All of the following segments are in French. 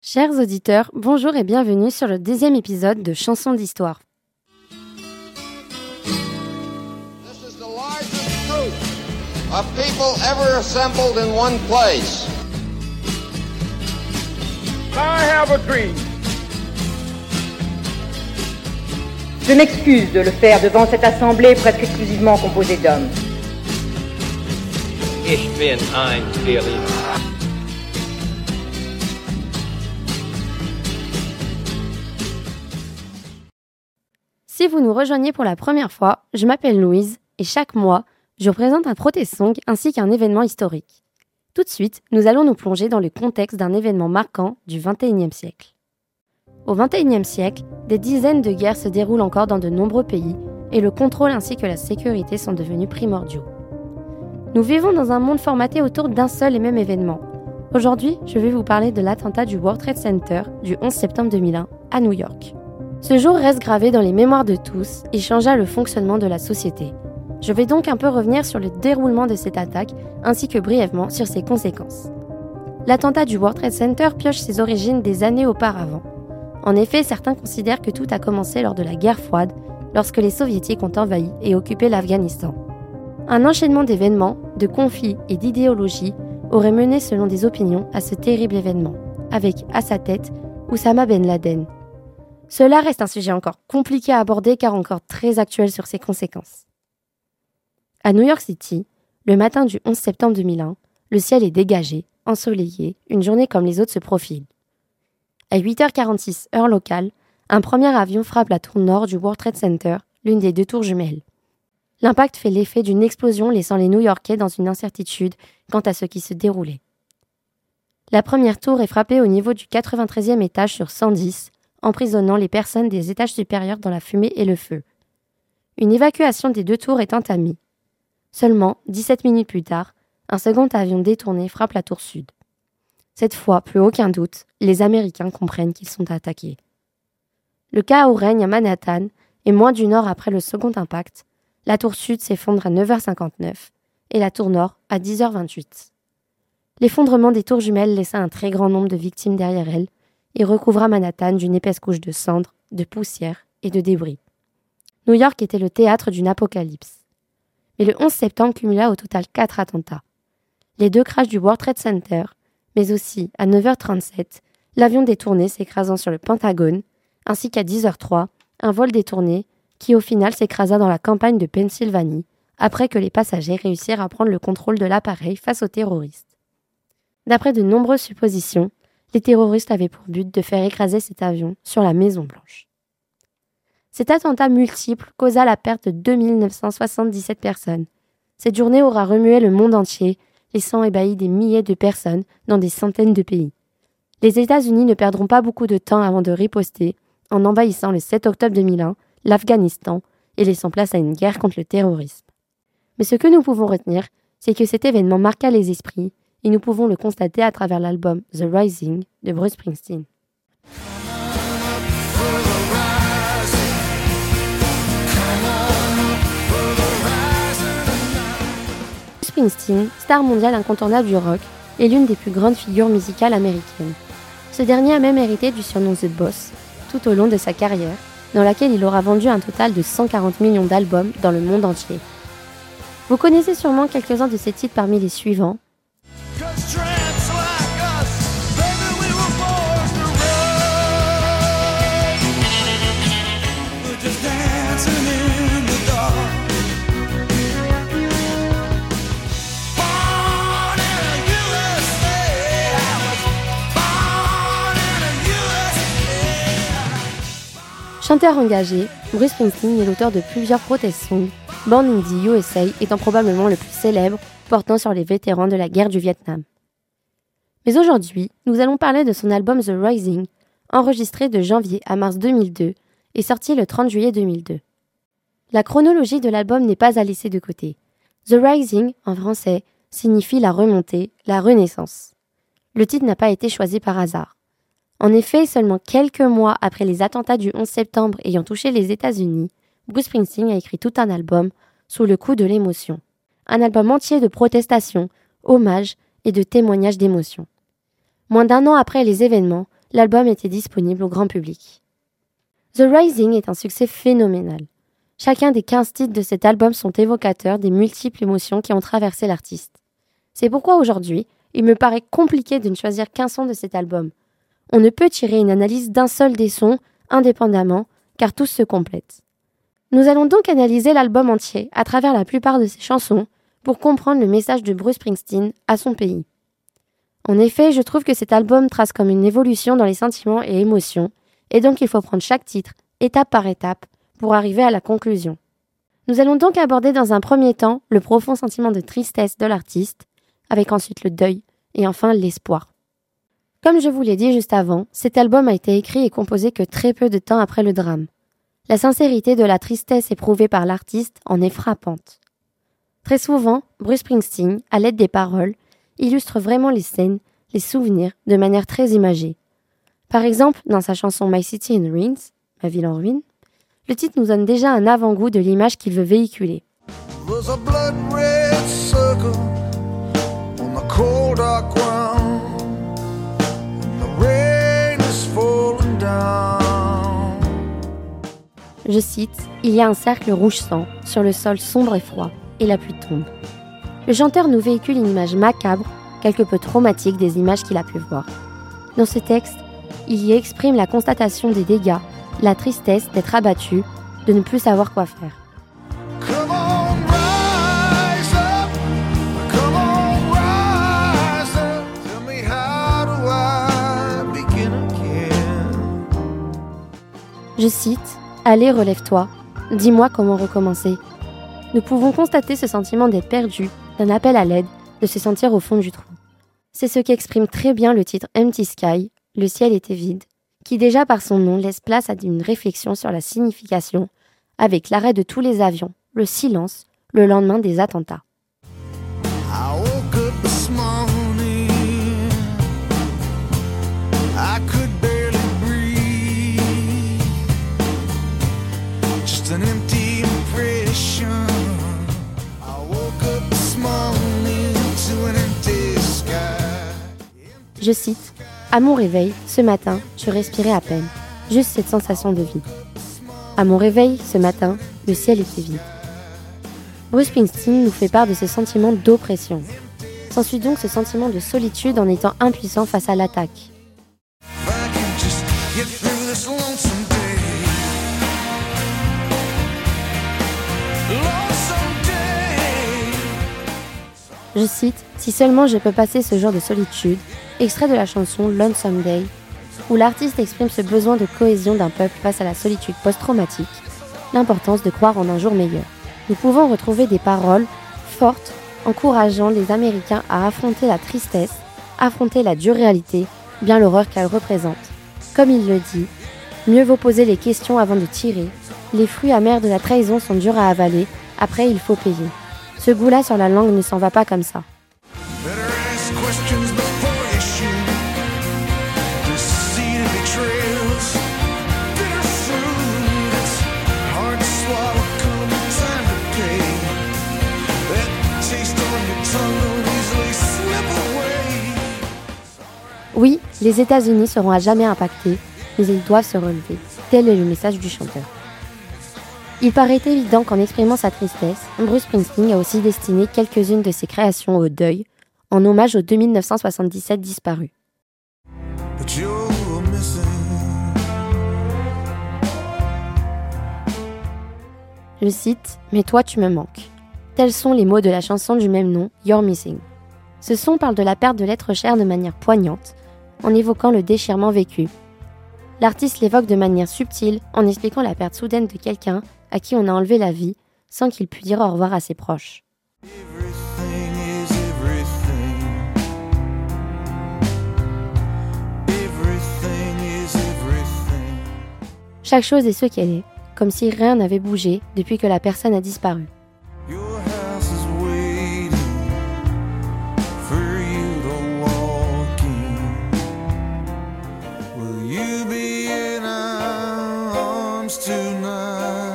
Chers auditeurs, bonjour et bienvenue sur le 10e épisode de Chansons d'Histoire. This is the largest group of people ever assembled in one place. I have a dream. Je m'excuse de le faire devant cette assemblée presque exclusivement composée d'hommes. Ich bin ein Berliner. Si vous nous rejoignez pour la première fois, je m'appelle Louise et chaque mois, je vous présente un protest-song ainsi qu'un événement historique. Tout de suite, nous allons nous plonger dans le contexte d'un événement marquant du XXIe siècle. Au XXIe siècle, des dizaines de guerres se déroulent encore dans de nombreux pays et le contrôle ainsi que la sécurité sont devenus primordiaux. Nous vivons dans un monde formaté autour d'un seul et même événement. Aujourd'hui, je vais vous parler de l'attentat du World Trade Center du 11 septembre 2001 à New York. Ce jour reste gravé dans les mémoires de tous et changea le fonctionnement de la société. Je vais donc un peu revenir sur le déroulement de cette attaque ainsi que brièvement sur ses conséquences. L'attentat du World Trade Center pioche ses origines des années auparavant. En effet, certains considèrent que tout a commencé lors de la guerre froide, lorsque les soviétiques ont envahi et occupé l'Afghanistan. Un enchaînement d'événements, de conflits et d'idéologies aurait mené selon des opinions à ce terrible événement, avec à sa tête Oussama Ben Laden. Cela reste un sujet encore compliqué à aborder car encore très actuel sur ses conséquences. À New York City, le matin du 11 septembre 2001, le ciel est dégagé, ensoleillé, une journée comme les autres se profile. À 8h46 heure locale, un premier avion frappe la tour nord du World Trade Center, l'une des deux tours jumelles. L'impact fait l'effet d'une explosion laissant les New-Yorkais dans une incertitude quant à ce qui se déroulait. La première tour est frappée au niveau du 93e étage sur 110, emprisonnant les personnes des étages supérieurs dans la fumée et le feu. Une évacuation des deux tours est entamée. Seulement, 17 minutes plus tard, un second avion détourné frappe la tour sud. Cette fois, plus aucun doute, les Américains comprennent qu'ils sont attaqués. Le chaos règne à Manhattan et moins d'une heure après le second impact, la tour sud s'effondre à 9h59 et la tour nord à 10h28. L'effondrement des tours jumelles laissa un très grand nombre de victimes derrière elles et recouvra Manhattan d'une épaisse couche de cendres, de poussière et de débris. New York était le théâtre d'une apocalypse. Mais le 11 septembre cumula au total 4 attentats. Les deux crashs du World Trade Center, mais aussi à 9h37, l'avion détourné s'écrasant sur le Pentagone, ainsi qu'à 10h03, un vol détourné qui au final s'écrasa dans la campagne de Pennsylvanie, après que les passagers réussirent à prendre le contrôle de l'appareil face aux terroristes. D'après de nombreuses suppositions, les terroristes avaient pour but de faire écraser cet avion sur la Maison-Blanche. Cet attentat multiple causa la perte de 2977 personnes. Cette journée aura remué le monde entier, laissant ébahis des milliers de personnes dans des centaines de pays. Les États-Unis ne perdront pas beaucoup de temps avant de riposter en envahissant le 7 octobre 2001 l'Afghanistan et laissant place à une guerre contre le terrorisme. Mais ce que nous pouvons retenir, c'est que cet événement marqua les esprits et nous pouvons le constater à travers l'album The Rising de Bruce Springsteen. Bruce Springsteen, star mondiale incontournable du rock, est l'une des plus grandes figures musicales américaines. Ce dernier a même hérité du surnom The Boss tout au long de sa carrière, dans laquelle il aura vendu un total de 140 millions d'albums dans le monde entier. Vous connaissez sûrement quelques-uns de ses titres parmi les suivants. Chanteur engagé, Bruce Springsteen est l'auteur de plusieurs protest songs, Born in the USA étant probablement le plus célèbre, portant sur les vétérans de la guerre du Vietnam. Mais aujourd'hui, nous allons parler de son album The Rising, enregistré de janvier à mars 2002 et sorti le 30 juillet 2002. La chronologie de l'album n'est pas à laisser de côté. The Rising, en français, signifie la remontée, la renaissance. Le titre n'a pas été choisi par hasard. En effet, seulement quelques mois après les attentats du 11 septembre ayant touché les États-Unis, Bruce Springsteen a écrit tout un album sous le coup de l'émotion. Un album entier de protestations, hommages et de témoignages d'émotion. Moins d'un an après les événements, l'album était disponible au grand public. The Rising est un succès phénoménal. Chacun des 15 titres de cet album sont évocateurs des multiples émotions qui ont traversé l'artiste. C'est pourquoi aujourd'hui, il me paraît compliqué de ne choisir qu'un son de cet album. On ne peut tirer une analyse d'un seul des sons indépendamment, car tous se complètent. Nous allons donc analyser l'album entier à travers la plupart de ses chansons pour comprendre le message de Bruce Springsteen à son pays. En effet, je trouve que cet album trace comme une évolution dans les sentiments et émotions, et donc il faut prendre chaque titre, étape par étape, pour arriver à la conclusion. Nous allons donc aborder dans un premier temps le profond sentiment de tristesse de l'artiste, avec ensuite le deuil, et enfin l'espoir. Comme je vous l'ai dit juste avant, cet album a été écrit et composé que très peu de temps après le drame. La sincérité de la tristesse éprouvée par l'artiste en est frappante. Très souvent, Bruce Springsteen, à l'aide des paroles, illustre vraiment les scènes, les souvenirs, de manière très imagée. Par exemple, dans sa chanson My City in Ruins, Ma ville en ruine, le titre nous donne déjà un avant-goût de l'image qu'il veut véhiculer. There's a blood red circle on the cold dark ground. The rain is falling down. Je cite, « Il y a un cercle rouge sang sur le sol sombre et froid, et la pluie tombe. » Le chanteur nous véhicule une image macabre, quelque peu traumatique des images qu'il a pu voir. Dans ce texte, il y exprime la constatation des dégâts, la tristesse d'être abattu, de ne plus savoir quoi faire. Come on, rise up. Come on, rise up. Tell me how do I begin again? Je cite, « Allez, relève-toi, dis-moi comment recommencer. » Nous pouvons constater ce sentiment d'être perdu, d'un appel à l'aide, de se sentir au fond du trou. C'est ce qu'exprime très bien le titre Empty Sky, Le ciel était vide, qui déjà par son nom laisse place à une réflexion sur la signification, avec l'arrêt de tous les avions, le silence, le lendemain des attentats. I woke up this morning. I could barely breathe. Just an empty impression. I woke up this morning to an empty sky. Je cite, « À mon réveil, ce matin, je respirais à peine, juste cette sensation de vide. À mon réveil, ce matin, le ciel était vide. » Bruce Springsteen nous fait part de ce sentiment d'oppression. S'ensuit donc ce sentiment de solitude en étant impuissant face à l'attaque. If I can just get through this lonesome day. Lonesome day. Je cite, « Si seulement je peux passer ce jour de solitude », extrait de la chanson Lonesome Day, où l'artiste exprime ce besoin de cohésion d'un peuple face à la solitude post-traumatique, l'importance de croire en un jour meilleur. Nous pouvons retrouver des paroles fortes, encourageant les Américains à affronter la tristesse, affronter la dure réalité, bien l'horreur qu'elle représente. Comme il le dit, mieux vaut poser les questions avant de tirer, les fruits amers de la trahison sont durs à avaler, après il faut payer. Ce goût-là sur la langue ne s'en va pas comme ça. Better ask questions before you shoot. Deceit and betrayals. Bitter fruit. It's hard to swallow. Come time to pay. That taste on your tongue will easily slip away. Oui, les États-Unis seront à jamais impactés, mais ils doivent se relever. Tel est le message du chanteur. Il paraît évident qu'en exprimant sa tristesse, Bruce Springsteen a aussi destiné quelques-unes de ses créations au deuil, en hommage aux 2977 disparus. But you're missing. Je cite « Mais toi, tu me manques ». Tels sont les mots de la chanson du même nom, You're Missing. Ce son parle de la perte de l'être cher de manière poignante, en évoquant le déchirement vécu. L'artiste l'évoque de manière subtile, en expliquant la perte soudaine de quelqu'un à qui on a enlevé la vie, sans qu'il pût dire au revoir à ses proches. Everything is everything. Everything is everything. Chaque chose est ce qu'elle est, comme si rien n'avait bougé depuis que la personne a disparu. Your house is waiting for you to walk in. Will you be in our arms tonight?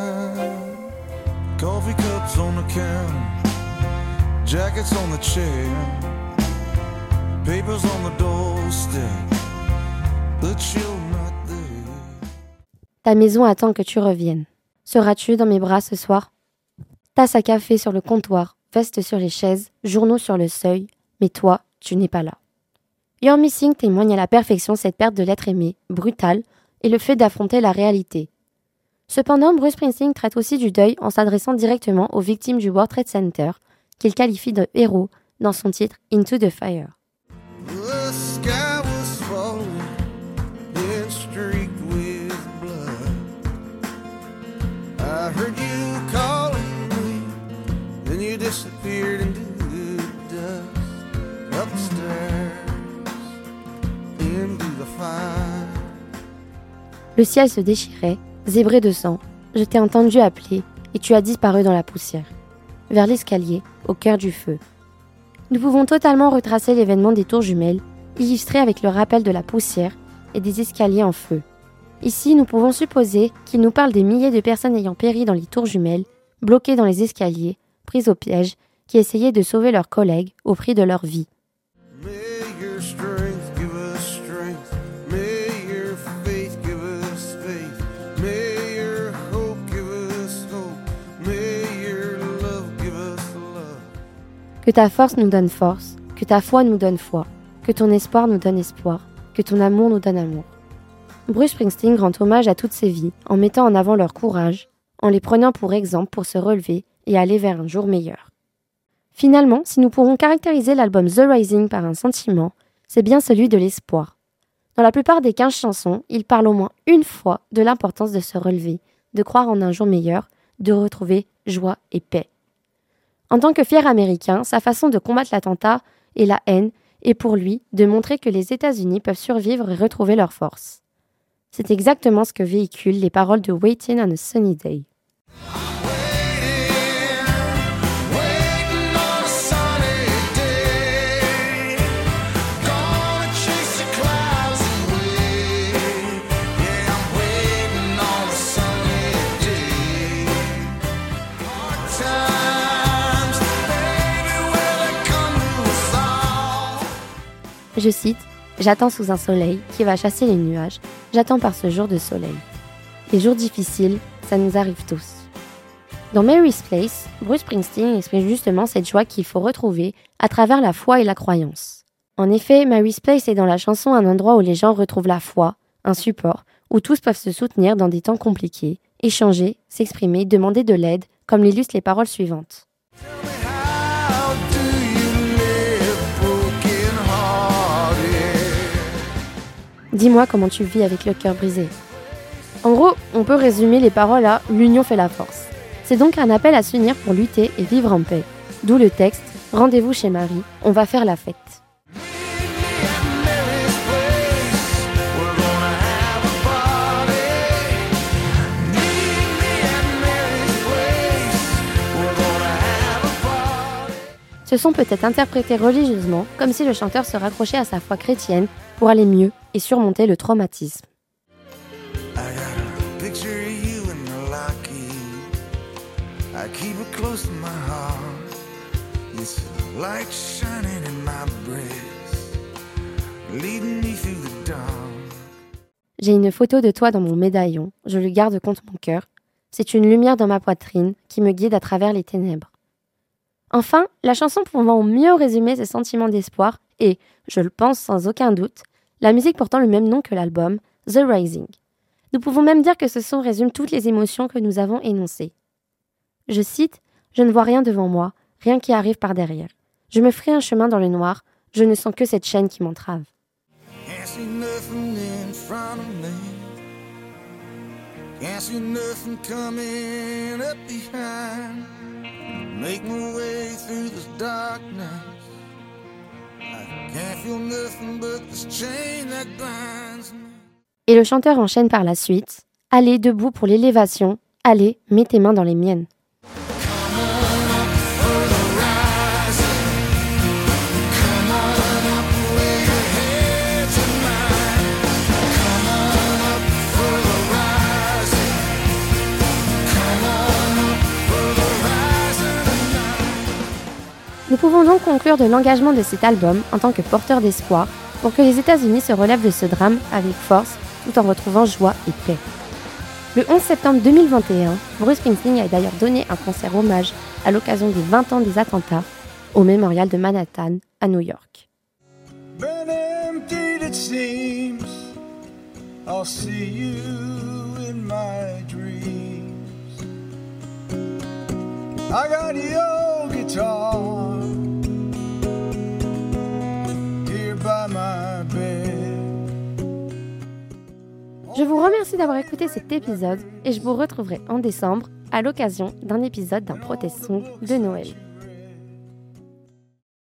Coffee cups on the counter, jackets on the chair, papers on the doorstep, but you're not there. Ta maison attend que tu reviennes. Seras-tu dans mes bras ce soir? Tasse à café sur le comptoir, veste sur les chaises, journaux sur le seuil, mais toi, tu n'es pas là. You're Missing témoigne à la perfection cette perte de l'être aimé, brutale, et le fait d'affronter la réalité. Cependant, Bruce Springsteen traite aussi du deuil en s'adressant directement aux victimes du World Trade Center, qu'il qualifie de héros dans son titre Into the Fire. The sky was falling and streaked with blood. I heard you calling me, then you disappeared into the dust. Upstairs, into the fire. Le ciel se déchirait, zébré de sang. Je t'ai entendu appeler et tu as disparu dans la poussière. Vers l'escalier, au cœur du feu. Nous pouvons totalement retracer l'événement des tours jumelles, illustré avec le rappel de la poussière et des escaliers en feu. Ici, nous pouvons supposer qu'il nous parle des milliers de personnes ayant péri dans les tours jumelles, bloquées dans les escaliers, prises au piège, qui essayaient de sauver leurs collègues au prix de leur vie. May your strength give us strength. May your faith give us faith. May your hope give us hope. May your love give us love. Que ta force nous donne force, que ta foi nous donne foi, que ton espoir nous donne espoir, que ton amour nous donne amour. Bruce Springsteen rend hommage à toutes ces vies en mettant en avant leur courage, en les prenant pour exemple pour se relever et aller vers un jour meilleur. Finalement, si nous pourrons caractériser l'album The Rising par un sentiment, c'est bien celui de l'espoir. Dans la plupart des 15 chansons, il parle au moins une fois de l'importance de se relever, de croire en un jour meilleur, de retrouver joie et paix. En tant que fier Américain, sa façon de combattre l'attentat et la haine est pour lui de montrer que les États-Unis peuvent survivre et retrouver leur force. C'est exactement ce que véhiculent les paroles de Waiting on a Sunny Day. Waiting on a sunny day, gonna chase the clouds away. Yeah, I'm waiting on a sunny day. Hard times, baby, will they come to us all? Je cite « J'attends sous un soleil qui va chasser les nuages, j'attends par ce jour de soleil. Les jours difficiles, ça nous arrive tous. » Dans Mary's Place, Bruce Springsteen exprime justement cette joie qu'il faut retrouver à travers la foi et la croyance. En effet, Mary's Place est dans la chanson un endroit où les gens retrouvent la foi, un support, où tous peuvent se soutenir dans des temps compliqués, échanger, s'exprimer, demander de l'aide, comme l'illustrent les paroles suivantes. How do you live broken-hearted? Dis-moi comment tu vis avec le cœur brisé. En gros, on peut résumer les paroles à « l'union fait la force ». C'est donc un appel à s'unir pour lutter et vivre en paix. D'où le texte « Rendez-vous chez Marie, on va faire la fête ». Ce son peut être interprété religieusement, comme si le chanteur se raccrochait à sa foi chrétienne pour aller mieux et surmonter le traumatisme. I got a picture of you in the locket. I keep it close to my heart. It's a light shining in my breast, leading me through the dark. J'ai une photo de toi dans mon médaillon, je le garde contre mon cœur. C'est une lumière dans ma poitrine qui me guide à travers les ténèbres. Enfin, la chanson pouvant mieux résumer ces sentiments d'espoir est, je le pense sans aucun doute, la musique portant le même nom que l'album, The Rising. Nous pouvons même dire que ce son résume toutes les émotions que nous avons énoncées. Je cite « Je ne vois rien devant moi, rien qui arrive par derrière. Je me ferai un chemin dans le noir, je ne sens que cette chaîne qui m'entrave. » Can't see nothing in front of me. Can't see nothing coming up behind. Make my way through this darkness. I can't feel nothing but this chain that binds me. Et le chanteur enchaîne par la suite « Allez, debout pour l'élévation, allez, mets tes mains dans les miennes. » Nous pouvons donc conclure de l'engagement de cet album en tant que porteur d'espoir pour que les États-Unis se relèvent de ce drame avec force tout en retrouvant joie et paix. Le 11 septembre 2021, Bruce Springsteen a d'ailleurs donné un concert hommage à l'occasion des 20 ans des attentats au mémorial de Manhattan à New York. Been emptied it seems. I'll see you in my dreams. I got your guitar here by my bed. Je vous remercie d'avoir écouté cet épisode et je vous retrouverai en décembre à l'occasion d'un épisode d'un protest song de Noël.